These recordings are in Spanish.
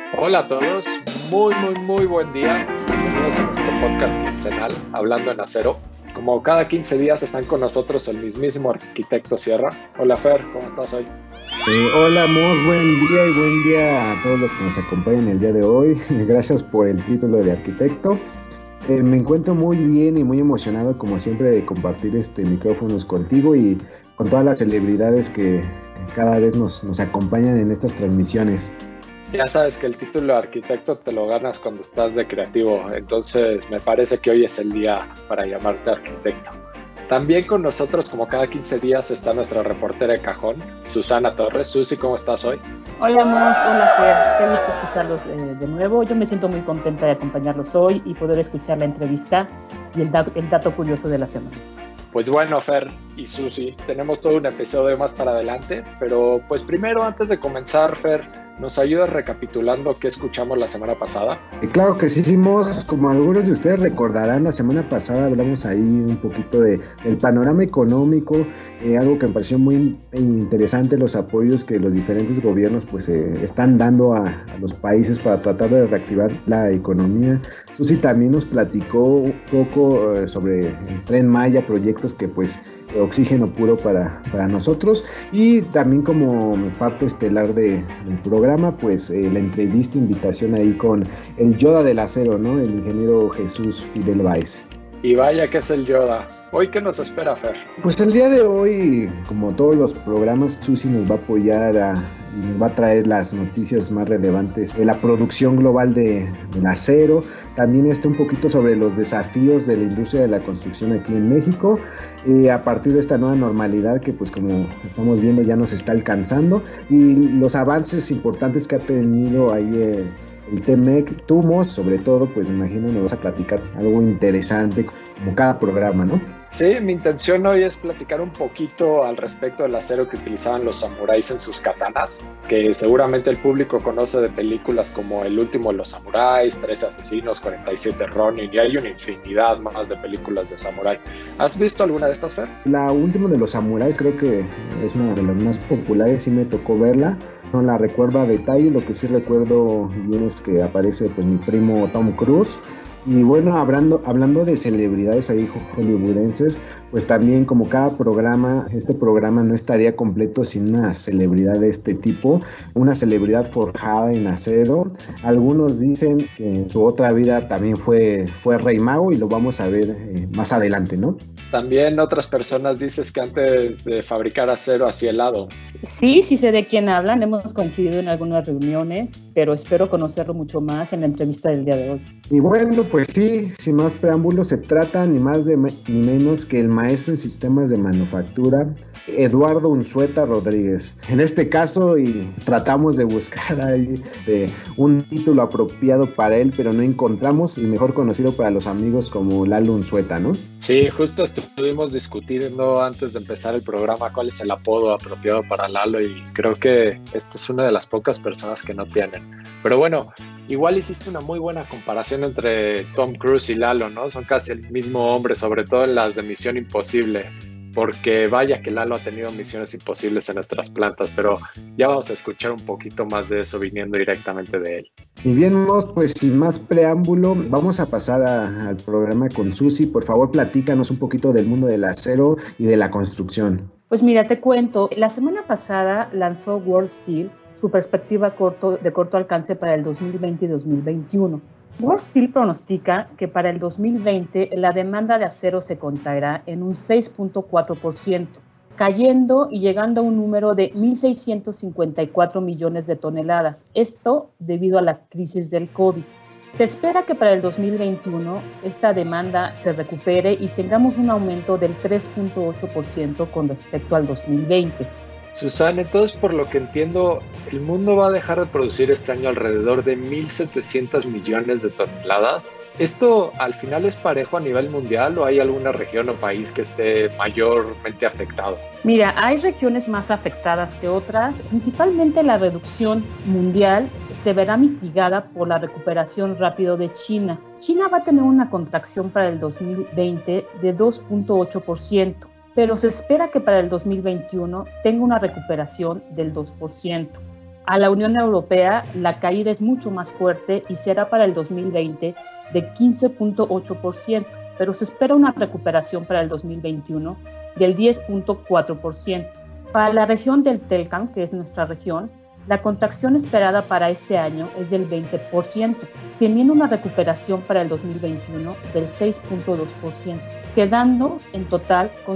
Hola a todos, muy buen día. Bienvenidos a nuestro podcast quincenal, Hablando en Acero. Como cada 15 días están con nosotros el mismísimo arquitecto Sierra. Hola Fer, ¿cómo estás hoy? Hola, Mos, buen día y buen día a todos los que nos acompañan el día de hoy. Gracias por el título de arquitecto. Me encuentro muy bien y muy emocionado, como siempre, de compartir micrófonos contigo y con todas las celebridades que cada vez nos acompañan en estas transmisiones. Ya sabes que el título de arquitecto te lo ganas cuando estás de creativo, entonces me parece que hoy es el día para llamarte arquitecto. También con nosotros, como cada 15 días, está nuestra reportera de cajón, Susana Torres. Susi, ¿cómo estás hoy? Hola Mos, hola Fer, qué gusto escucharlos de nuevo. Yo me siento muy contenta de acompañarlos hoy y poder escuchar la entrevista y el dato curioso de la semana. Pues bueno, Fer y Susi, tenemos todo un episodio más para adelante, pero pues primero, antes de comenzar, Fer, ¿nos ayudas recapitulando qué escuchamos la semana pasada? Claro que sí, hicimos, como algunos de ustedes recordarán, la semana pasada hablamos ahí un poquito del panorama económico, algo que me pareció muy interesante, los apoyos que los diferentes gobiernos pues están dando a los países para tratar de reactivar la economía. Susi también nos platicó un poco sobre el Tren Maya, proyectos que pues oxígeno puro para nosotros, y también como parte estelar del programa, pues la entrevista, invitación ahí con el Yoda del acero, ¿no? El ingeniero Jesús Fidel Báez. Y vaya que es el Yoda. ¿Hoy qué nos espera, Fer? Pues el día de hoy, como todos los programas, Susi nos va a apoyar y nos va a traer las noticias más relevantes de la producción global del acero. También un poquito sobre los desafíos de la industria de la construcción aquí en México, a partir de esta nueva normalidad que pues como estamos viendo ya nos está alcanzando, y los avances importantes que ha tenido ahí el TEMEC. Tú, Mos, sobre todo, pues me imagino nos vas a platicar algo interesante como cada programa, ¿no? Sí, mi intención hoy es platicar un poquito al respecto del acero que utilizaban los samuráis en sus katanas, que seguramente el público conoce de películas como El último de los samuráis, 13 asesinos, 47 Ronin, y hay una infinidad más de películas de samurái. ¿Has visto alguna de estas, Fer? La última de los samuráis creo que es una de las más populares, sí me tocó verla. No la recuerdo a detalle, lo que sí recuerdo bien es que aparece pues mi primo Tom Cruise. Y bueno, hablando de celebridades ahí hollywoodenses, pues también como cada programa, este programa no estaría completo sin una celebridad de este tipo, una celebridad forjada en acero. Algunos dicen que en su otra vida también fue rey mago, y lo vamos a ver más adelante, ¿no? También otras personas dicen que antes de fabricar acero hacía helado. Sí sé de quién hablan, hemos coincidido en algunas reuniones, pero espero conocerlo mucho más en la entrevista del día de hoy. Y bueno, pues sí, sin más preámbulos, se trata ni más ni menos que el maestro en sistemas de manufactura, Eduardo Unzueta Rodríguez. En este caso, y tratamos de buscar ahí un título apropiado para él, pero no encontramos, y mejor conocido para los amigos como Lalo Unzueta, ¿no? Sí, justo estuvimos discutiendo antes de empezar el programa cuál es el apodo apropiado para Lalo, y creo que esta es una de las pocas personas que no tienen. Pero bueno, igual hiciste una muy buena comparación entre Tom Cruise y Lalo, ¿no? Son casi el mismo hombre, sobre todo en las de Misión Imposible, porque vaya que Lalo ha tenido misiones imposibles en nuestras plantas, pero ya vamos a escuchar un poquito más de eso viniendo directamente de él. Y bien, Mos, pues sin más preámbulo, vamos a pasar al programa con Susi. Por favor, platícanos un poquito del mundo del acero y de la construcción. Pues mira, te cuento, la semana pasada lanzó World Steel su perspectiva de corto alcance para el 2020 y 2021. World Steel pronostica que para el 2020 la demanda de acero se contraerá en un 6.4%, cayendo y llegando a un número de 1.654 millones de toneladas. Esto debido a la crisis del COVID. Se espera que para el 2021 esta demanda se recupere y tengamos un aumento del 3.8% con respecto al 2020. Susana, entonces por lo que entiendo, el mundo va a dejar de producir este año alrededor de 1.700 millones de toneladas. ¿Esto al final es parejo a nivel mundial o hay alguna región o país que esté mayormente afectado? Mira, hay regiones más afectadas que otras. Principalmente la reducción mundial se verá mitigada por la recuperación rápido de China. China va a tener una contracción para el 2020 de 2.8%. Pero se espera que para el 2021 tenga una recuperación del 2%. A la Unión Europea la caída es mucho más fuerte y será para el 2020 de 15.8%, pero se espera una recuperación para el 2021 del 10.4%. Para la región del Telcam, que es nuestra región, la contracción esperada para este año es del 20%, teniendo una recuperación para el 2021 del 6.2%, quedando en total con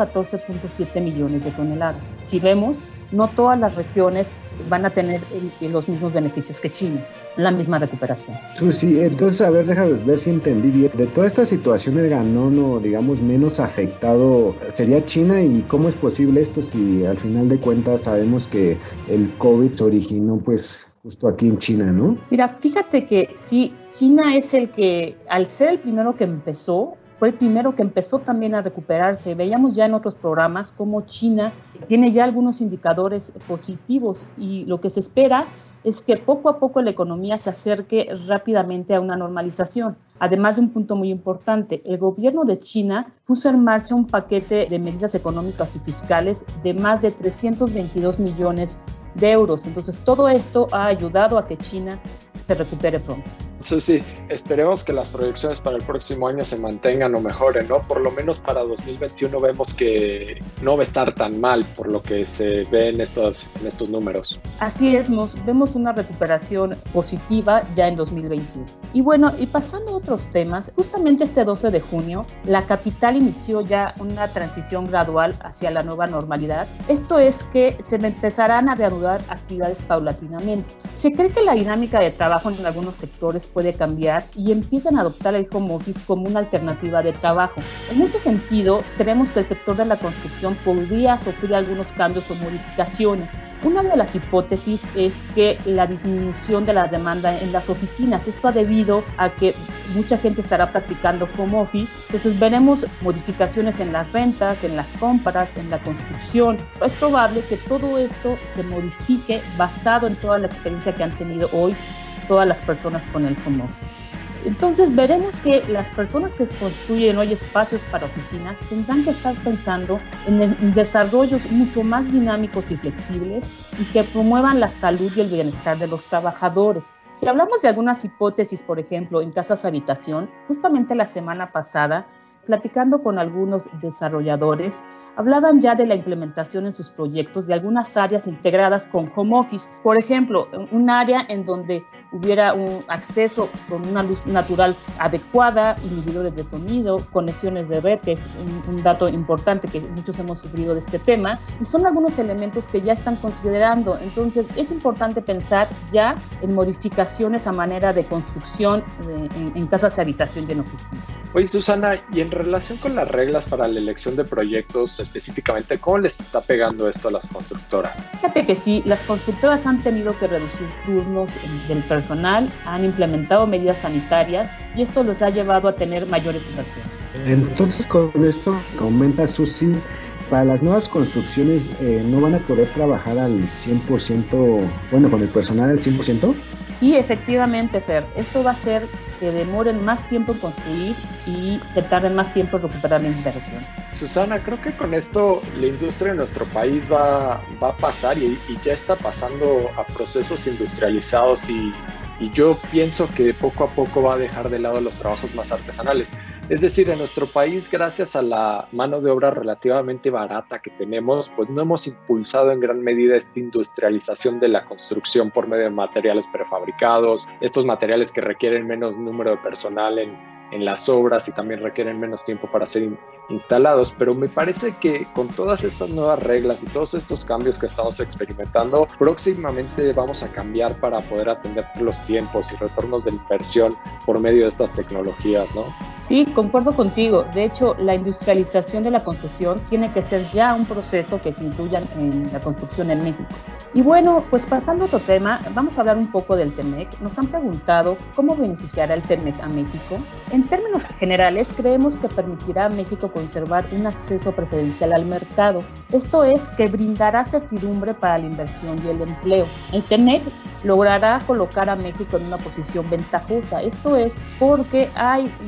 114.7 millones de toneladas. Si vemos, no todas las regiones van a tener los mismos beneficios que China, la misma recuperación. Sí, entonces, a ver, déjame ver si entendí bien. De todas estas situaciones ganó, no, digamos, menos afectado sería China, y cómo es posible esto si al final de cuentas sabemos que el COVID se originó pues justo aquí en China, ¿no? Mira, fíjate que sí, China es el que, al ser el primero que empezó, fue el primero que empezó también a recuperarse. Veíamos ya en otros programas cómo China tiene ya algunos indicadores positivos y lo que se espera es que poco a poco la economía se acerque rápidamente a una normalización. Además de un punto muy importante, el gobierno de China puso en marcha un paquete de medidas económicas y fiscales de más de 322 millones de euros. Entonces, todo esto ha ayudado a que China se recupere pronto. Eso sí, esperemos que las proyecciones para el próximo año se mantengan o mejoren, ¿no? Por lo menos para 2021 vemos que no va a estar tan mal por lo que se ve en estos números. Así es, vemos una recuperación positiva ya en 2021. Y bueno, y pasando a otros temas, justamente este 12 de junio, la capital inició ya una transición gradual hacia la nueva normalidad. Esto es que se empezarán a reanudar actividades paulatinamente. Se cree que la dinámica de trabajo en algunos sectores puede cambiar y empiezan a adoptar el home office como una alternativa de trabajo. En ese sentido, creemos que el sector de la construcción podría sufrir algunos cambios o modificaciones. Una de las hipótesis es que la disminución de la demanda en las oficinas, esto debido a que mucha gente estará practicando home office, entonces veremos modificaciones en las rentas, en las compras, en la construcción. Es probable que todo esto se modifique basado en toda la experiencia que han tenido hoy todas las personas con el home office. Entonces veremos que las personas que construyen hoy espacios para oficinas tendrán que estar pensando en desarrollos mucho más dinámicos y flexibles y que promuevan la salud y el bienestar de los trabajadores. Si hablamos de algunas hipótesis, por ejemplo, en casas habitación, justamente la semana pasada, platicando con algunos desarrolladores, hablaban ya de la implementación en sus proyectos de algunas áreas integradas con home office. Por ejemplo, un área en donde hubiera un acceso con una luz natural adecuada, inhibidores de sonido, conexiones de red, que es un dato importante que muchos hemos sufrido de este tema, y son algunos elementos que ya están considerando. Entonces, es importante pensar ya en modificaciones a manera de construcción en casas de habitación y en oficinas. Oye, Susana, y en relación con las reglas para la elección de proyectos específicamente, ¿cómo les está pegando esto a las constructoras? Fíjate que sí, las constructoras han tenido que reducir turnos del personal, han implementado medidas sanitarias y esto los ha llevado a tener mayores inversiones. Entonces, con esto comenta Susi, para las nuevas construcciones no van a poder trabajar al 100%, bueno, con el personal al 100%. Sí, efectivamente, Fer. Esto va a hacer que demoren más tiempo en construir y se tarden más tiempo en recuperar la inversión. Susana, creo que con esto la industria de nuestro país va a pasar y ya está pasando a procesos industrializados y yo pienso que poco a poco va a dejar de lado los trabajos más artesanales. Es decir, en nuestro país, gracias a la mano de obra relativamente barata que tenemos, pues no hemos impulsado en gran medida esta industrialización de la construcción por medio de materiales prefabricados, estos materiales que requieren menos número de personal en las obras y también requieren menos tiempo para ser instalados, pero me parece que con todas estas nuevas reglas y todos estos cambios que estamos experimentando, próximamente vamos a cambiar para poder atender los tiempos y retornos de inversión por medio de estas tecnologías, ¿no? Sí, concuerdo contigo. De hecho, la industrialización de la construcción tiene que ser ya un proceso que se incluya en la construcción en México. Y bueno, pues pasando a otro tema, vamos a hablar un poco del TEMEC. Nos han preguntado cómo beneficiará el TEMEC a México. En términos generales, creemos que permitirá a México conservar un acceso preferencial al mercado. Esto es que brindará certidumbre para la inversión y el empleo. El TEMEC logrará colocar a México en una posición ventajosa. Esto es porque hay una cantidad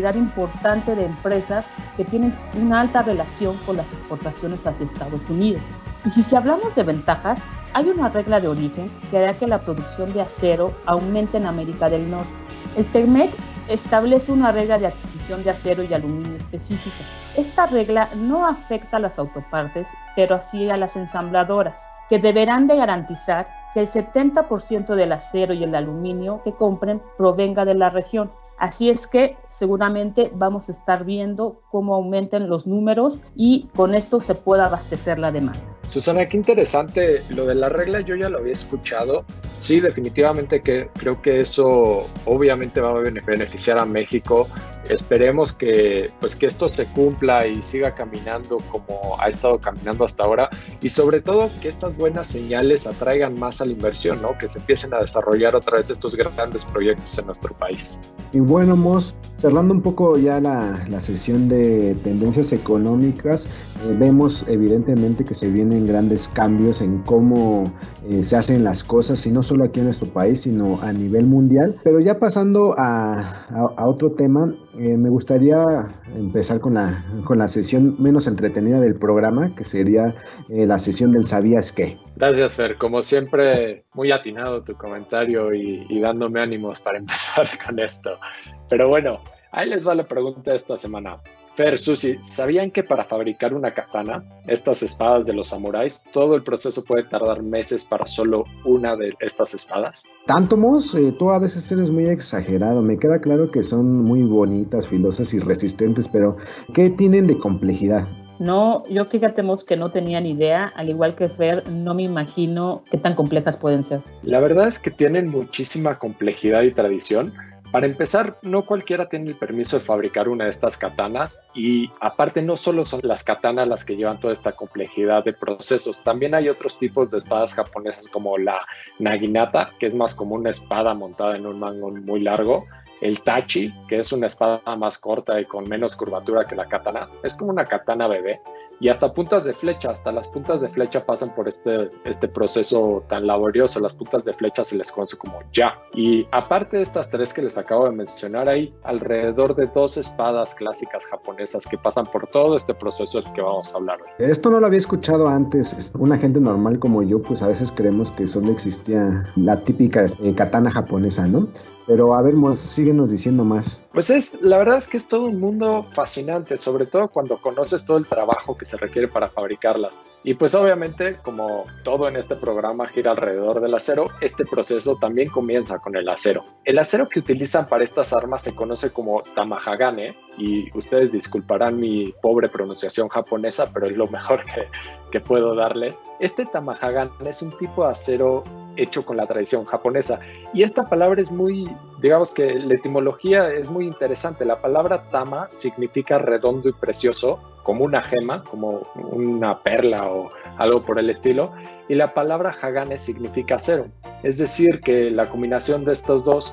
cantidad importante de empresas que tienen una alta relación con las exportaciones hacia Estados Unidos. Y si hablamos de ventajas, hay una regla de origen que hará que la producción de acero aumente en América del Norte. El TEMEC establece una regla de adquisición de acero y aluminio específica. Esta regla no afecta a las autopartes, pero sí a las ensambladoras, que deberán de garantizar que el 70% del acero y el aluminio que compren provenga de la región. Así es que seguramente vamos a estar viendo cómo aumentan los números y con esto se pueda abastecer la demanda. Susana, qué interesante. Lo de la regla yo ya lo había escuchado. Sí, definitivamente que creo que eso obviamente va a beneficiar a México. Esperemos que esto se cumpla y siga caminando como ha estado caminando hasta ahora, y sobre todo que estas buenas señales atraigan más a la inversión, ¿no? Que se empiecen a desarrollar otra vez estos grandes proyectos en nuestro país. Y bueno, Mos, cerrando un poco ya la sesión de tendencias económicas, vemos evidentemente que se vienen grandes cambios en cómo se hacen las cosas, y no solo aquí en nuestro país, sino a nivel mundial. Pero ya pasando a otro tema, me gustaría empezar con la sesión menos entretenida del programa, que sería la sesión del ¿sabías qué? Gracias, Fer. Como siempre, muy atinado tu comentario y dándome ánimos para empezar con esto. Pero bueno, ahí les va la pregunta de esta semana. Fer, Susi, ¿sabían que para fabricar una katana, estas espadas de los samuráis, todo el proceso puede tardar meses para solo una de estas espadas? ¿Tanto, Mos? Tú a veces eres muy exagerado. Me queda claro que son muy bonitas, filosas y resistentes, pero ¿qué tienen de complejidad? No, yo fíjate, Mos, que no tenía ni idea. Al igual que Fer, no me imagino qué tan complejas pueden ser. La verdad es que tienen muchísima complejidad y tradición. Para empezar, no cualquiera tiene el permiso de fabricar una de estas katanas, y aparte no solo son las katanas las que llevan toda esta complejidad de procesos, también hay otros tipos de espadas japonesas como la naginata, que es más como una espada montada en un mango muy largo, el tachi, que es una espada más corta y con menos curvatura que la katana, es como una katana bebé, y hasta puntas de flecha, hasta las puntas de flecha pasan por este proceso tan laborioso. Las puntas de flecha se les conoce como ya. Y aparte de estas tres que les acabo de mencionar, hay alrededor de 2 espadas clásicas japonesas que pasan por todo este proceso del que vamos a hablar hoy. Esto no lo había escuchado antes. Una gente normal como yo, pues a veces creemos que solo existía la típica katana japonesa, ¿no? Pero a ver, síguenos diciendo más. Pues la verdad es que es todo un mundo fascinante, sobre todo cuando conoces todo el trabajo que se requiere para fabricarlas. Y pues obviamente, como todo en este programa gira alrededor del acero, este proceso también comienza con el acero. El acero que utilizan para estas armas se conoce como tamahagane, y ustedes disculparán mi pobre pronunciación japonesa, pero es lo mejor que puedo darles. Este tamahagane es un tipo de acero hecho con la tradición japonesa, y esta palabra es muy, digamos que la etimología es muy interesante. La palabra tama significa redondo y precioso, como una gema, como una perla o algo por el estilo, y la palabra hagane significa acero, es decir que la combinación de estos dos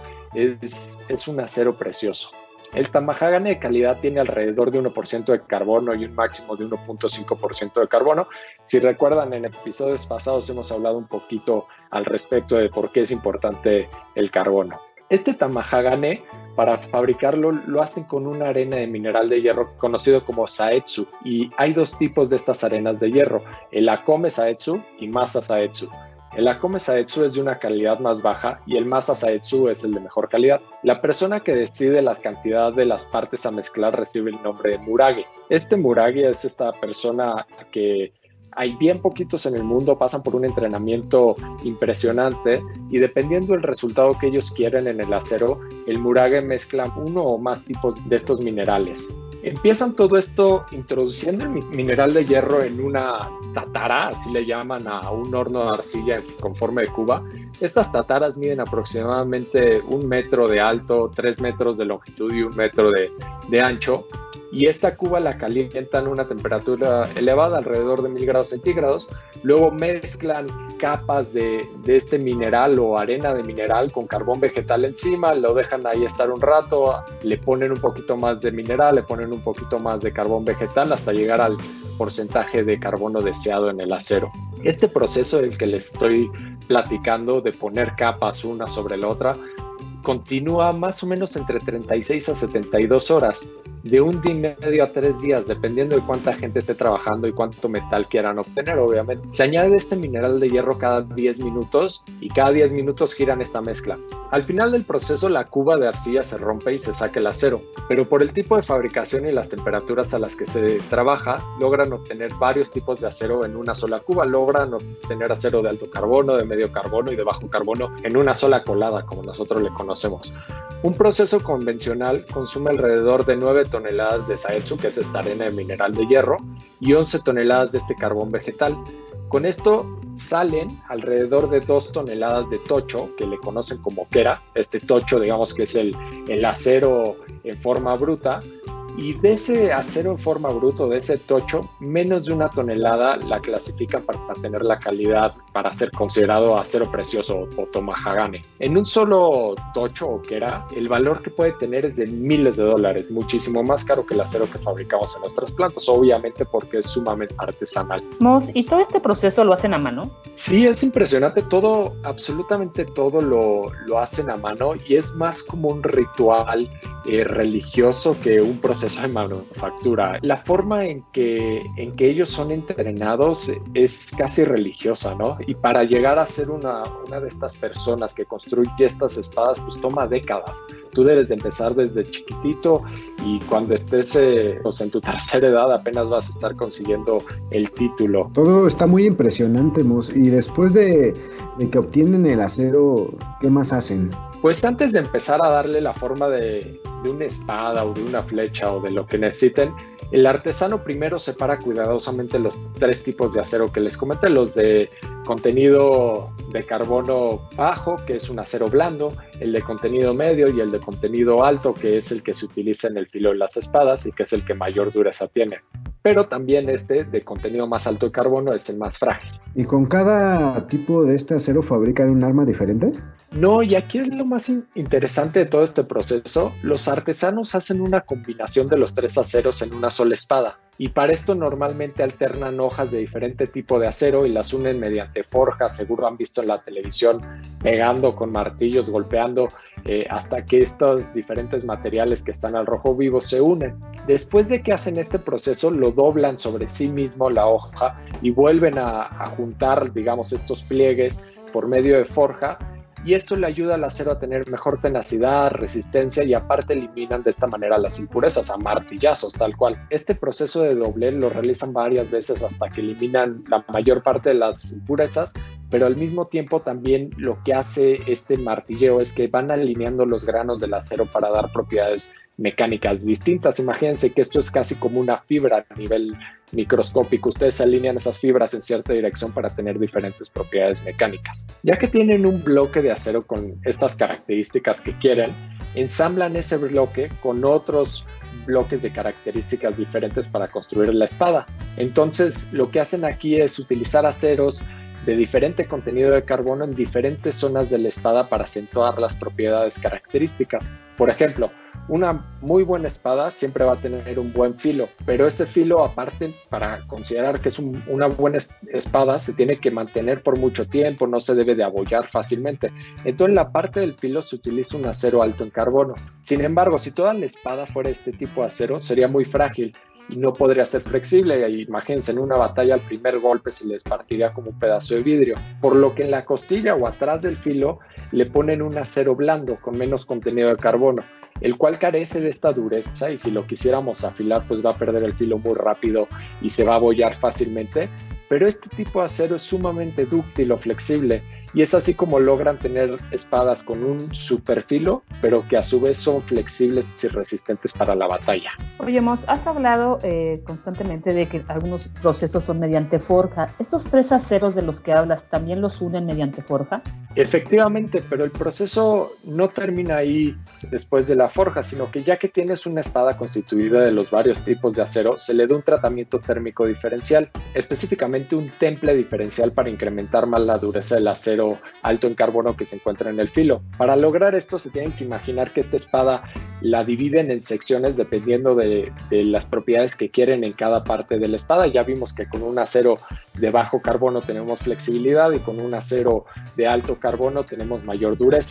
es un acero precioso. El tamahagane de calidad tiene alrededor de 1% de carbono y un máximo de 1.5% de carbono. Si recuerdan, en episodios pasados hemos hablado un poquito al respecto de por qué es importante el carbono. Este tamahagane, para fabricarlo, lo hacen con una arena de mineral de hierro conocido como saetsu, y hay 2 tipos de estas arenas de hierro, el Akome Saetsu y Masa Saetsu. El Akome Saetsu es de una calidad más baja y el Masa Saetsu es el de mejor calidad. La persona que decide la cantidad de las partes a mezclar recibe el nombre de murage. Este murage es esta persona que hay bien poquitos en el mundo, pasan por un entrenamiento impresionante, y dependiendo del resultado que ellos quieren en el acero, el murage mezcla 1 o más tipos de estos minerales. Empiezan todo esto introduciendo el mineral de hierro en una tatara, así le llaman a un horno de arcilla con forma de cuba. Estas tataras miden aproximadamente 1 metro de alto, 3 metros de longitud y 1 metro de ancho. Y esta cuba la calientan a una temperatura elevada, alrededor de 1000 grados centígrados. Luego mezclan capas de este mineral o arena de mineral con carbón vegetal encima, lo dejan ahí estar un rato, le ponen un poquito más de mineral, le ponen un poquito más de carbón vegetal hasta llegar al porcentaje de carbono deseado en el acero. Este proceso del que les estoy platicando, de poner capas una sobre la otra, continúa más o menos entre 36 a 72 horas, de un día y medio a 3 días, dependiendo de cuánta gente esté trabajando y cuánto metal quieran obtener, obviamente. Se añade este mineral de hierro cada 10 minutos y cada 10 minutos giran esta mezcla. Al final del proceso, la cuba de arcilla se rompe y se saca el acero, pero por el tipo de fabricación y las temperaturas a las que se trabaja, logran obtener varios tipos de acero en una sola cuba. Logran obtener acero de alto carbono, de medio carbono y de bajo carbono en una sola colada, como nosotros le conocemos. Un proceso convencional consume alrededor de 9 toneladas de Zaetsu, que es esta arena de mineral de hierro, y 11 toneladas de este carbón vegetal. Con esto salen alrededor de 2 toneladas de tocho, que le conocen como kera. Este tocho, digamos que es el acero en forma bruta, y de ese acero en forma bruta, de ese tocho, menos de 1 tonelada la clasifican para tener la calidad para ser considerado acero precioso o tomahagane. En un solo tocho o kera, el valor que puede tener es de miles de dólares, muchísimo más caro que el acero que fabricamos en nuestras plantas, obviamente porque es sumamente artesanal. Mos, ¿y todo este proceso lo hacen a mano? Sí, es impresionante, todo, absolutamente todo lo hacen a mano, y es más como un ritual religioso que un proceso de manufactura. La forma en que ellos son entrenados es casi religiosa, ¿no? Y para llegar a ser una de estas personas que construye estas espadas, pues toma décadas. Tú debes de empezar desde chiquitito, y cuando estés pues en tu tercera edad apenas vas a estar consiguiendo el título. Todo está muy impresionante, Mos. Y después de que obtienen el acero, ¿qué más hacen? Pues antes de empezar a darle la forma de una espada o de una flecha o de lo que necesiten, el artesano primero separa cuidadosamente los 3 tipos de acero que les comenté: los de contenido de carbono bajo, que es un acero blando, el de contenido medio y el de contenido alto, que es el que se utiliza en el filo de las espadas y que es el que mayor dureza tiene. Pero también este de contenido más alto de carbono es el más frágil. ¿Y con cada tipo de este acero fabrican un arma diferente? No, y aquí es lo más interesante de todo este proceso. Los artesanos hacen una combinación de los 3 aceros en una sola espada, y para esto normalmente alternan hojas de diferente tipo de acero y las unen mediante forjas. Seguro han visto en la televisión pegando con martillos, golpeando hasta que estos diferentes materiales que están al rojo vivo se unen. Después de que hacen este proceso, lo doblan sobre sí mismo la hoja y vuelven a juntar, digamos, estos pliegues por medio de forja, y esto le ayuda al acero a tener mejor tenacidad, resistencia, y aparte eliminan de esta manera las impurezas a martillazos, tal cual. Este proceso de doblez lo realizan varias veces hasta que eliminan la mayor parte de las impurezas, pero al mismo tiempo también lo que hace este martilleo es que van alineando los granos del acero para dar propiedades mecánicas distintas. Imagínense que esto es casi como una fibra a nivel microscópico. Ustedes alinean esas fibras en cierta dirección para tener diferentes propiedades mecánicas. Ya que tienen un bloque de acero con estas características que quieren, ensamblan ese bloque con otros bloques de características diferentes para construir la espada. Entonces, lo que hacen aquí es utilizar aceros de diferente contenido de carbono en diferentes zonas de la espada para acentuar las propiedades características. Por ejemplo, una muy buena espada siempre va a tener un buen filo, pero ese filo, aparte, para considerar que es una buena espada, se tiene que mantener por mucho tiempo, no se debe de abollar fácilmente. Entonces, en la parte del filo se utiliza un acero alto en carbono. Sin embargo, si toda la espada fuera este tipo de acero, sería muy frágil y no podría ser flexible. Imagínense, en una batalla al primer golpe se les partiría como un pedazo de vidrio, por lo que en la costilla o atrás del filo le ponen un acero blando con menos contenido de carbono, el cual carece de esta dureza, y si lo quisiéramos afilar pues va a perder el filo muy rápido y se va a abollar fácilmente. Pero este tipo de acero es sumamente dúctil o flexible, y es así como logran tener espadas con un superfilo, pero que a su vez son flexibles y resistentes para la batalla. Oye, Mos, has hablado constantemente de que algunos procesos son mediante forja. ¿Estos 3 aceros de los que hablas también los unen mediante forja? Efectivamente, pero el proceso no termina ahí después de la forja, sino que ya que tienes una espada constituida de los varios tipos de acero, se le da un tratamiento térmico diferencial, específicamente un temple diferencial para incrementar más la dureza del acero alto en carbono que se encuentra en el filo. Para lograr esto se tienen que imaginar que esta espada la dividen en secciones dependiendo de las propiedades que quieren en cada parte de la espada. Ya vimos que con un acero de bajo carbono tenemos flexibilidad y con un acero de alto carbono tenemos mayor dureza.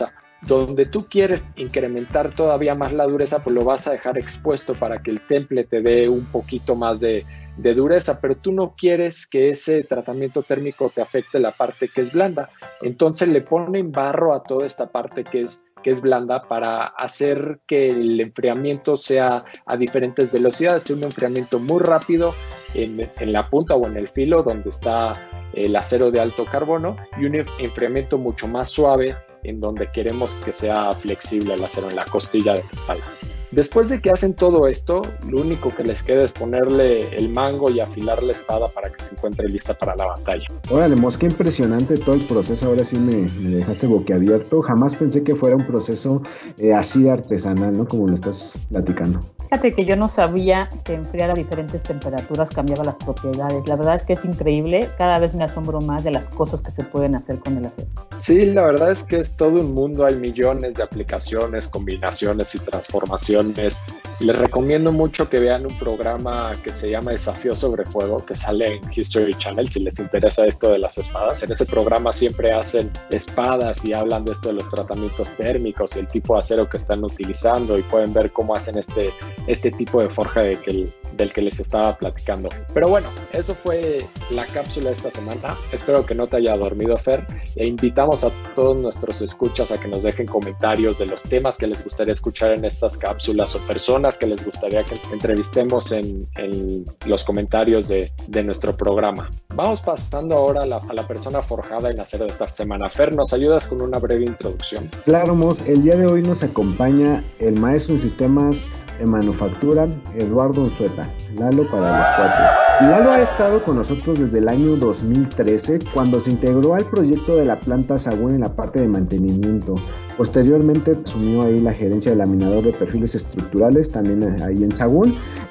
Donde tú quieres incrementar todavía más la dureza, pues lo vas a dejar expuesto para que el temple te dé un poquito más de dureza, pero tú no quieres que ese tratamiento térmico te afecte la parte que es blanda. Entonces le ponen barro a toda esta parte que es blanda para hacer que el enfriamiento sea a diferentes velocidades, un enfriamiento muy rápido en la punta o en el filo donde está el acero de alto carbono y un enfriamiento mucho más suave en donde queremos que sea flexible el acero en la costilla de la espalda. Después de que hacen todo esto, lo único que les queda es ponerle el mango y afilar la espada para que se encuentre lista para la batalla. Órale, Mos, qué impresionante todo el proceso. Ahora sí me dejaste boquiabierto. Jamás pensé que fuera un proceso así de artesanal, ¿no? Como lo estás platicando. Fíjate que yo no sabía que enfriar a diferentes temperaturas cambiaba las propiedades. La verdad es que es increíble. Cada vez me asombro más de las cosas que se pueden hacer con el acero. Sí, la verdad es que es todo un mundo. Hay millones de aplicaciones, combinaciones y transformaciones. Les recomiendo mucho que vean un programa que se llama Desafío sobre Fuego, que sale en History Channel, si les interesa esto de las espadas. En ese programa siempre hacen espadas y hablan de esto de los tratamientos térmicos y el tipo de acero que están utilizando y pueden ver cómo hacen este tipo de forja del que les estaba platicando. Pero bueno, eso fue la cápsula de esta semana. Espero que no te haya dormido, Fer, e invitamos a todos nuestros escuchas a que nos dejen comentarios de los temas que les gustaría escuchar en estas cápsulas o personas que les gustaría que entrevistemos en los comentarios de nuestro programa. Vamos pasando ahora a la persona forjada en acero de esta semana. Fer, ¿nos ayudas con una breve introducción? Claro, Mos, el día de hoy nos acompaña el maestro en sistemas de manufactura, Eduardo Unzueta, Lalo para los cuates. Lalo ha estado con nosotros desde el año 2013, cuando se integró al proyecto de la planta Sagún en la parte de mantenimiento. Posteriormente asumió ahí la gerencia de laminador de perfiles estructurales, también ahí en Sagún,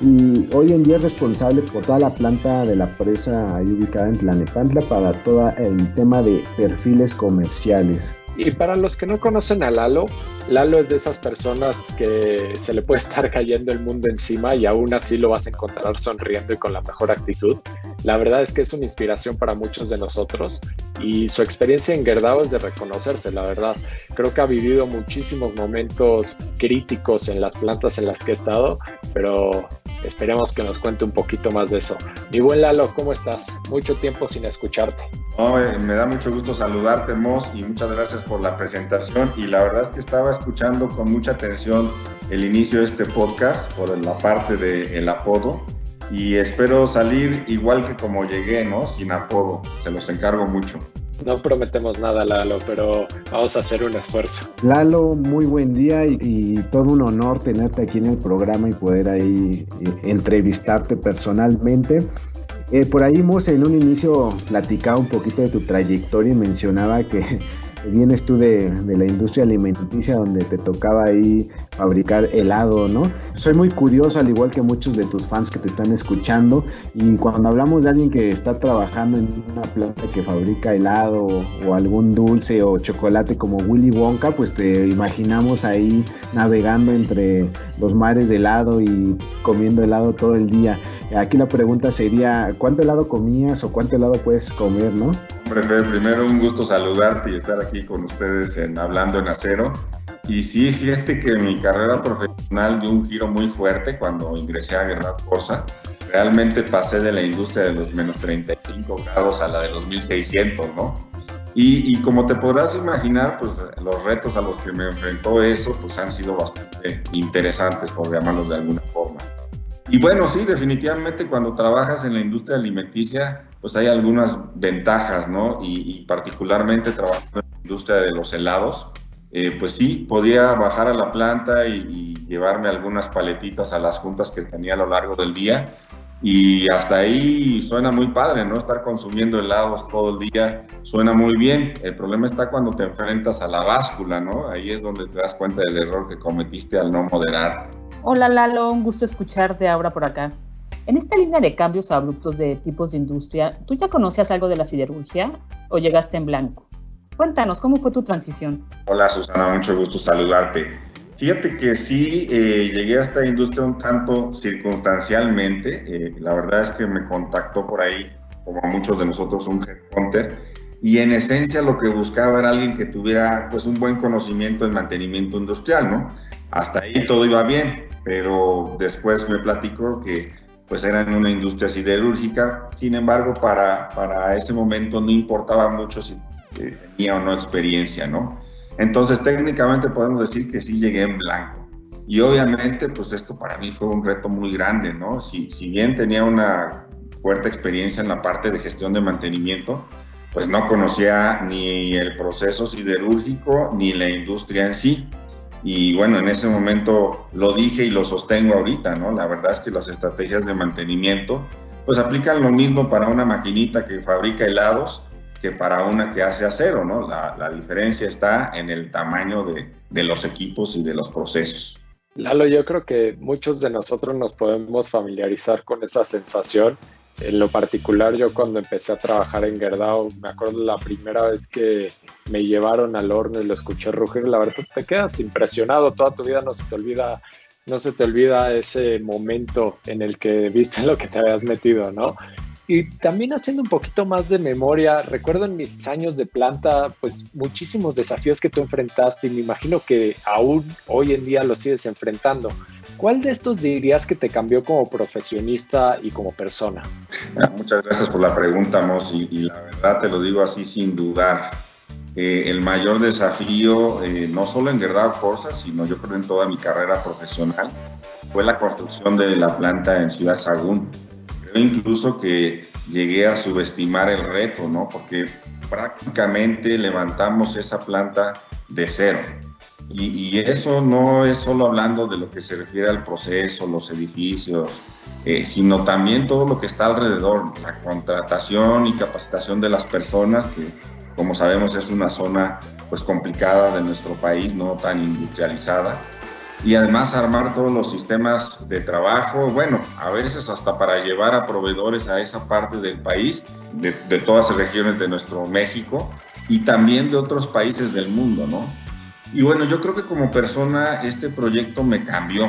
y hoy en día es responsable por toda la planta de la presa ahí ubicada en Tlalnepantla para todo el tema de perfiles comerciales. Y para los que no conocen a Lalo es de esas personas que se le puede estar cayendo el mundo encima y aún así lo vas a encontrar sonriendo y con la mejor actitud. La verdad es que es una inspiración para muchos de nosotros y su experiencia en Gerdau es de reconocerse, la verdad. Creo que ha vivido muchísimos momentos críticos en las plantas en las que he estado, pero esperemos que nos cuente un poquito más de eso. Mi buen Lalo, ¿cómo estás? Mucho tiempo sin escucharte. Me da mucho gusto saludarte, Mos, y muchas gracias por la presentación. Y la verdad es que estaba escuchando con mucha atención el inicio de este podcast por la parte del apodo y espero salir igual que como llegué, ¿no? Sin apodo. Se los encargo mucho. No prometemos nada, Lalo, pero vamos a hacer un esfuerzo. Lalo, muy buen día y todo un honor tenerte aquí en el programa y poder ahí entrevistarte personalmente. Por ahí, Mos, en un inicio platicaba un poquito de tu trayectoria y mencionaba que vienes tú de la industria alimenticia donde te tocaba ahí fabricar helado, ¿no? Soy muy curioso, al igual que muchos de tus fans que te están escuchando, y cuando hablamos de alguien que está trabajando en una planta que fabrica helado o algún dulce o chocolate como Willy Wonka, pues te imaginamos ahí navegando entre los mares de helado y comiendo helado todo el día. Aquí la pregunta sería, ¿cuánto helado comías o cuánto helado puedes comer, no? Hombre, Fer, primero un gusto saludarte y estar aquí con ustedes Hablando en Acero. Y sí, fíjate que mi carrera profesional dio un giro muy fuerte cuando ingresé a Gerdau Corsa. Realmente pasé de la industria de los menos 35 grados a la de los 1600, ¿no? Y como te podrás imaginar, pues los retos a los que me enfrentó eso, pues han sido bastante interesantes, por llamarlos de alguna forma. Y bueno, sí, definitivamente cuando trabajas en la industria alimenticia, pues hay algunas ventajas, ¿no? Y particularmente trabajando en la industria de los helados, pues sí, podía bajar a la planta y llevarme algunas paletitas a las juntas que tenía a lo largo del día. Y hasta ahí suena muy padre, ¿no? Estar consumiendo helados todo el día suena muy bien. El problema está cuando te enfrentas a la báscula, ¿no? Ahí es donde te das cuenta del error que cometiste al no moderarte. Hola Lalo, un gusto escucharte ahora por acá. En esta línea de cambios abruptos de tipos de industria, ¿tú ya conocías algo de la siderurgia o llegaste en blanco? Cuéntanos, ¿cómo fue tu transición? Hola Susana, mucho gusto saludarte. Fíjate que sí, llegué a esta industria un tanto circunstancialmente. La verdad es que me contactó por ahí, como a muchos de nosotros, un headhunter. y en esencia lo que buscaba era alguien que tuviera pues un buen conocimiento en mantenimiento industrial, ¿no? Hasta ahí todo iba bien, pero después me platicó que pues era en una industria siderúrgica. Sin embargo, para ese momento no importaba mucho si tenía o no experiencia, ¿no? Entonces técnicamente podemos decir que sí llegué en blanco. Y obviamente pues esto para mí fue un reto muy grande, ¿no? Si bien tenía una fuerte experiencia en la parte de gestión de mantenimiento, pues no conocía ni el proceso siderúrgico ni la industria en sí. Y bueno, en ese momento lo dije y lo sostengo ahorita, ¿no? La verdad es que las estrategias de mantenimiento pues aplican lo mismo para una maquinita que fabrica helados que para una que hace acero, ¿no? La diferencia está en el tamaño de los equipos y de los procesos. Lalo, yo creo que muchos de nosotros nos podemos familiarizar con esa sensación. En lo particular, yo cuando empecé a trabajar en Gerdau, me acuerdo la primera vez que me llevaron al horno y lo escuché rugir, la verdad te quedas impresionado, toda tu vida no se te olvida ese momento en el que viste lo que te habías metido, ¿no? Y también haciendo un poquito más de memoria, recuerdo en mis años de planta, pues muchísimos desafíos que tú enfrentaste y me imagino que aún hoy en día los sigues enfrentando. ¿Cuál de estos dirías que te cambió como profesionista y como persona? Muchas gracias por la pregunta, Mos, y la verdad te lo digo así sin dudar. El mayor desafío, no solo en Gerdau Corsa, sino yo creo en toda mi carrera profesional, fue la construcción de la planta en Ciudad Sagún. Creo incluso que llegué a subestimar el reto, ¿no? Porque prácticamente levantamos esa planta de cero. Y eso no es solo hablando de lo que se refiere al proceso, los edificios, sino también todo lo que está alrededor, la contratación y capacitación de las personas, que como sabemos es una zona pues complicada de nuestro país, no tan industrializada, y además armar todos los sistemas de trabajo, bueno, a veces hasta para llevar a proveedores a esa parte del país, de todas las regiones de nuestro México y también de otros países del mundo, ¿no? Y bueno, yo creo que como persona este proyecto me cambió.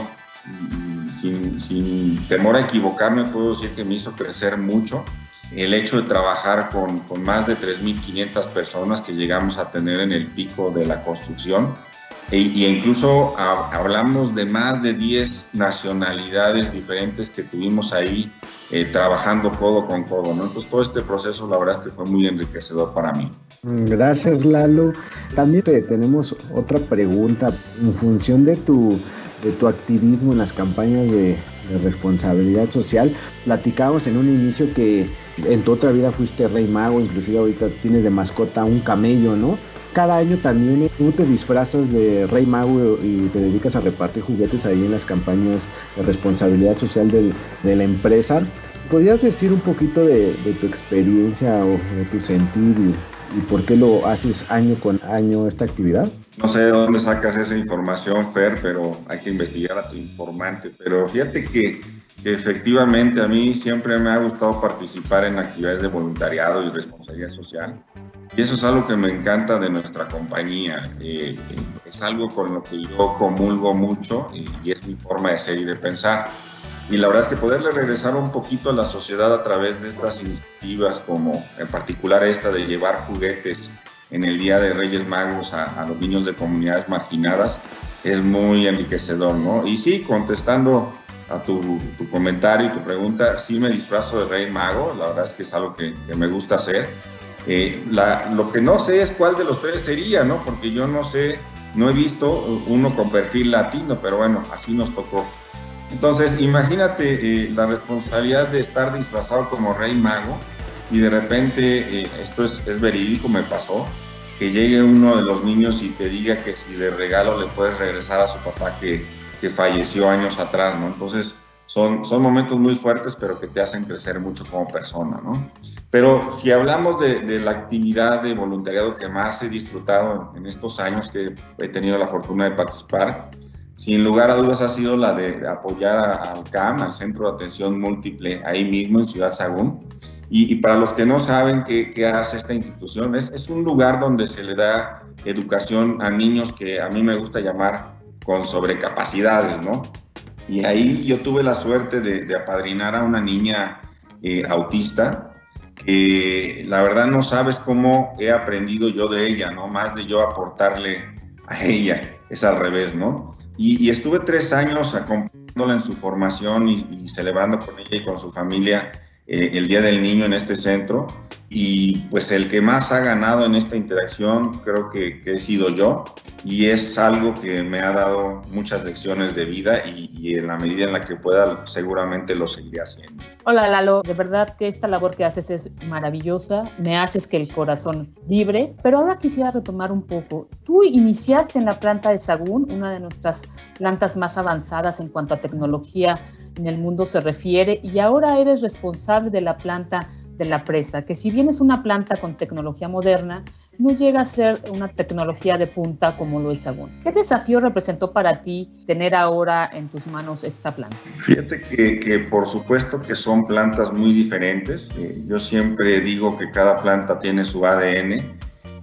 Sin temor a equivocarme, puedo decir que me hizo crecer mucho. El hecho de trabajar con más de 3.500 personas que llegamos a tener en el pico de la construcción. E incluso hablamos de más de 10 nacionalidades diferentes que tuvimos ahí trabajando codo con codo, ¿no? Entonces todo este proceso la verdad es que fue muy enriquecedor para mí. Gracias, Lalo. También tenemos otra pregunta. En función de tu activismo en las campañas de responsabilidad social, platicábamos en un inicio que en tu otra vida fuiste rey mago, inclusive ahorita tienes de mascota un camello, ¿no? Cada año también tú te disfrazas de rey mago y te dedicas a repartir juguetes ahí en las campañas de responsabilidad social de la empresa. ¿Podrías decir un poquito de tu experiencia o de tu sentir y por qué lo haces año con año esta actividad? No sé de dónde sacas esa información, Fer, pero hay que investigar a tu informante. Pero fíjate que efectivamente a mí siempre me ha gustado participar en actividades de voluntariado y responsabilidad social. Y eso es algo que me encanta de nuestra compañía. Es algo con lo que yo comulgo mucho y es mi forma de ser y de pensar. Y la verdad es que poderle regresar un poquito a la sociedad a través de estas iniciativas, como en particular esta de llevar juguetes en el Día de Reyes Magos a los niños de comunidades marginadas, es muy enriquecedor, ¿no? Y sí, contestando a tu comentario y tu pregunta, sí me disfrazo de Rey Mago, la verdad es que es algo que me gusta hacer. Lo que no sé es cuál de los tres sería, ¿no? Porque yo no sé, no he visto uno con perfil latino, pero bueno, así nos tocó. Entonces, imagínate la responsabilidad de estar disfrazado como Rey Mago y de repente, esto es verídico, me pasó, que llegue uno de los niños y te diga que si de regalo le puedes regresar a su papá que falleció años atrás, ¿no? Entonces, son momentos muy fuertes, pero que te hacen crecer mucho como persona, ¿no? Pero si hablamos de la actividad de voluntariado que más he disfrutado en estos años que he tenido la fortuna de participar, sin lugar a dudas ha sido la de apoyar al CAM, al Centro de Atención Múltiple, ahí mismo en Ciudad Sagún. Y para los que no saben qué hace esta institución, es un lugar donde se le da educación a niños que a mí me gusta llamar con sobrecapacidades, ¿no? Y ahí yo tuve la suerte de apadrinar a una niña autista que la verdad no sabes cómo he aprendido yo de ella, ¿no? Más de yo aportarle a ella, es al revés, ¿no? Y estuve 3 años acompañándola en su formación y celebrando con ella y con su familia el Día del Niño en este centro, y pues el que más ha ganado en esta interacción creo que he sido yo, y es algo que me ha dado muchas lecciones de vida y en la medida en la que pueda seguramente lo seguiré haciendo. Hola Lalo, de verdad que esta labor que haces es maravillosa, me haces que el corazón vibre, pero ahora quisiera retomar un poco. Tú iniciaste en la planta de Sagún, una de nuestras plantas más avanzadas en cuanto a tecnología en el mundo se refiere, y ahora eres responsable de la planta de la presa, que si bien es una planta con tecnología moderna, no llega a ser una tecnología de punta como lo es Sagún. ¿Qué desafío representó para ti tener ahora en tus manos esta planta? Fíjate que por supuesto que son plantas muy diferentes. Yo siempre digo que cada planta tiene su ADN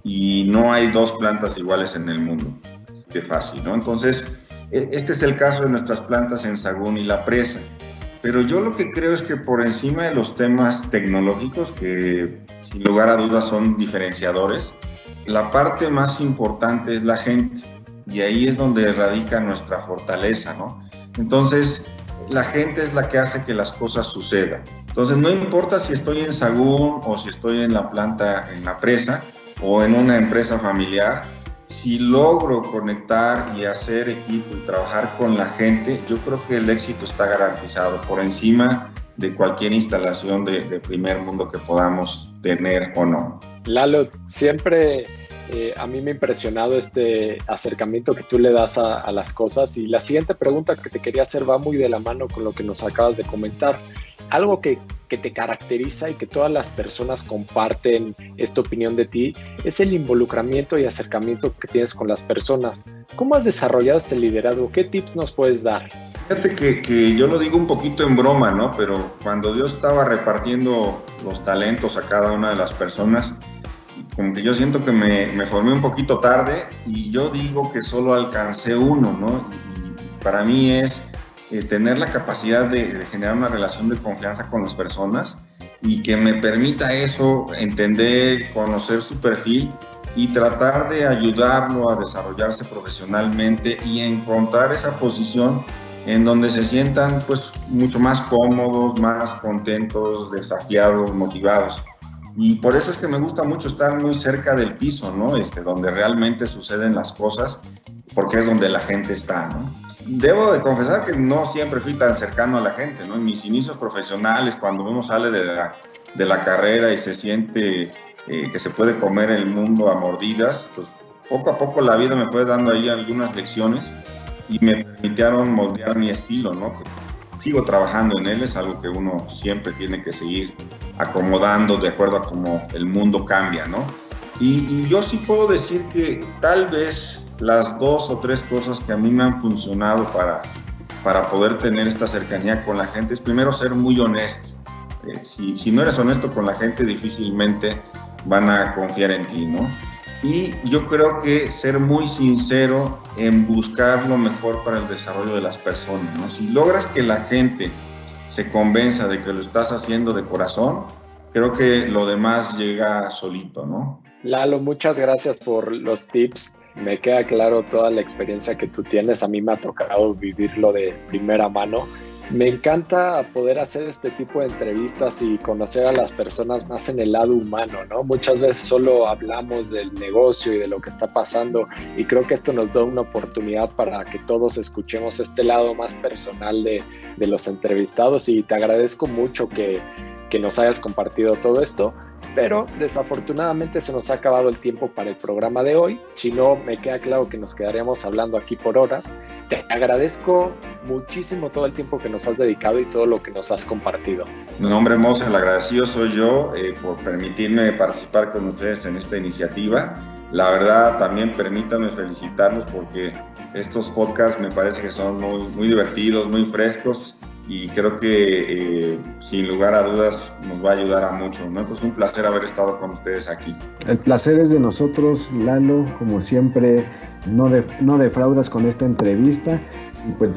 y no hay 2 plantas iguales en el mundo. Así de fácil, ¿no? Entonces, este es el caso de nuestras plantas en Sagún y la presa. Pero yo lo que creo es que por encima de los temas tecnológicos, que sin lugar a dudas son diferenciadores, la parte más importante es la gente, y ahí es donde radica nuestra fortaleza, ¿no? Entonces, la gente es la que hace que las cosas sucedan. Entonces, no importa si estoy en Sagún o si estoy en la planta, en la presa o en una empresa familiar, si logro conectar y hacer equipo y trabajar con la gente, yo creo que el éxito está garantizado por encima de cualquier instalación de primer mundo que podamos tener o no. Lalo, siempre a mí me ha impresionado este acercamiento que tú le das a las cosas, y la siguiente pregunta que te quería hacer va muy de la mano con lo que nos acabas de comentar. Algo que te caracteriza y que todas las personas comparten esta opinión de ti es el involucramiento y acercamiento que tienes con las personas. ¿Cómo has desarrollado este liderazgo? ¿Qué tips nos puedes dar? Fíjate que yo lo digo un poquito en broma, ¿no? Pero cuando Dios estaba repartiendo los talentos a cada una de las personas, como que yo siento que me formé un poquito tarde, y yo digo que solo alcancé uno, ¿no? Y para mí es tener la capacidad de generar una relación de confianza con las personas, y que me permita eso, entender, conocer su perfil y tratar de ayudarlo a desarrollarse profesionalmente y encontrar esa posición en donde se sientan pues mucho más cómodos, más contentos, desafiados, motivados. Y por eso es que me gusta mucho estar muy cerca del piso, ¿no? Donde realmente suceden las cosas, porque es donde la gente está, ¿no? Debo de confesar que no siempre fui tan cercano a la gente, ¿no? En mis inicios profesionales, cuando uno sale de la carrera y se siente que se puede comer el mundo a mordidas, pues poco a poco la vida me fue dando ahí algunas lecciones y me permitieron moldear mi estilo, ¿no? Que sigo trabajando en él, es algo que uno siempre tiene que seguir acomodando de acuerdo a cómo el mundo cambia, ¿no? Y yo sí puedo decir que tal vez las 2 o 3 cosas que a mí me han funcionado para poder tener esta cercanía con la gente es primero ser muy honesto. Si no eres honesto con la gente, difícilmente van a confiar en ti, ¿no? Y yo creo que ser muy sincero en buscar lo mejor para el desarrollo de las personas, ¿no? Si logras que la gente se convenza de que lo estás haciendo de corazón, creo que lo demás llega solito, ¿no? Lalo, muchas gracias por los tips. Me queda claro toda la experiencia que tú tienes. A mí me ha tocado vivirlo de primera mano. Me encanta poder hacer este tipo de entrevistas y conocer a las personas más en el lado humano, ¿no? Muchas veces solo hablamos del negocio y de lo que está pasando, y creo que esto nos da una oportunidad para que todos escuchemos este lado más personal de los entrevistados, y te agradezco mucho que nos hayas compartido todo esto. Pero desafortunadamente se nos ha acabado el tiempo para el programa de hoy. Si no, me queda claro que nos quedaríamos hablando aquí por horas. Te agradezco muchísimo todo el tiempo que nos has dedicado y todo lo que nos has compartido. No, hombre, Mose, el agradecido soy yo por permitirme participar con ustedes en esta iniciativa. La verdad, también permítanme felicitarlos porque estos podcasts me parece que son muy, muy divertidos, muy frescos, y creo que sin lugar a dudas nos va a ayudar a mucho, ¿no? Pues un placer haber estado con ustedes aquí. El placer es de nosotros, Lalo, como siempre, no defraudas con esta entrevista, y pues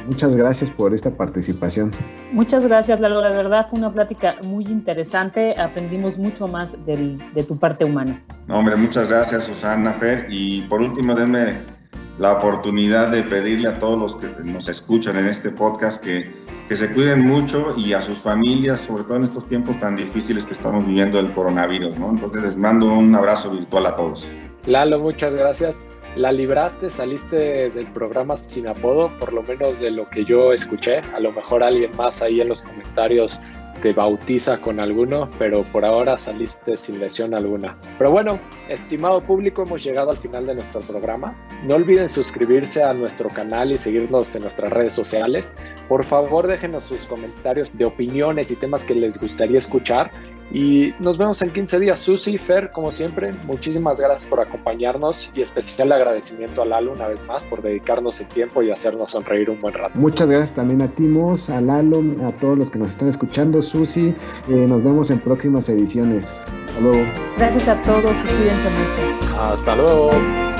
Muchas gracias por esta participación. Muchas gracias, Lalo. La verdad fue una plática muy interesante. Aprendimos mucho más de tu parte humana. No, hombre, muchas gracias, Susana, Fer. Y por último, denme la oportunidad de pedirle a todos los que nos escuchan en este podcast que se cuiden mucho y a sus familias, sobre todo en estos tiempos tan difíciles que estamos viviendo del coronavirus, ¿no? Entonces les mando un abrazo virtual a todos. Lalo, muchas gracias. La libraste, saliste del programa sin apodo, por lo menos de lo que yo escuché. A lo mejor alguien más ahí en los comentarios te bautiza con alguno, pero por ahora saliste sin lesión alguna. Pero bueno, estimado público, hemos llegado al final de nuestro programa. No olviden suscribirse a nuestro canal y seguirnos en nuestras redes sociales. Por favor, déjenos sus comentarios de opiniones y temas que les gustaría escuchar. Y nos vemos en 15 días. Susi, Fer, como siempre, muchísimas gracias por acompañarnos y especial agradecimiento a Lalo una vez más por dedicarnos el tiempo y hacernos sonreír un buen rato. Muchas gracias también a Timos, a Lalo, a todos los que nos están escuchando. Susi, nos vemos en próximas ediciones. Hasta luego. Gracias a todos y cuídense mucho. Hasta luego.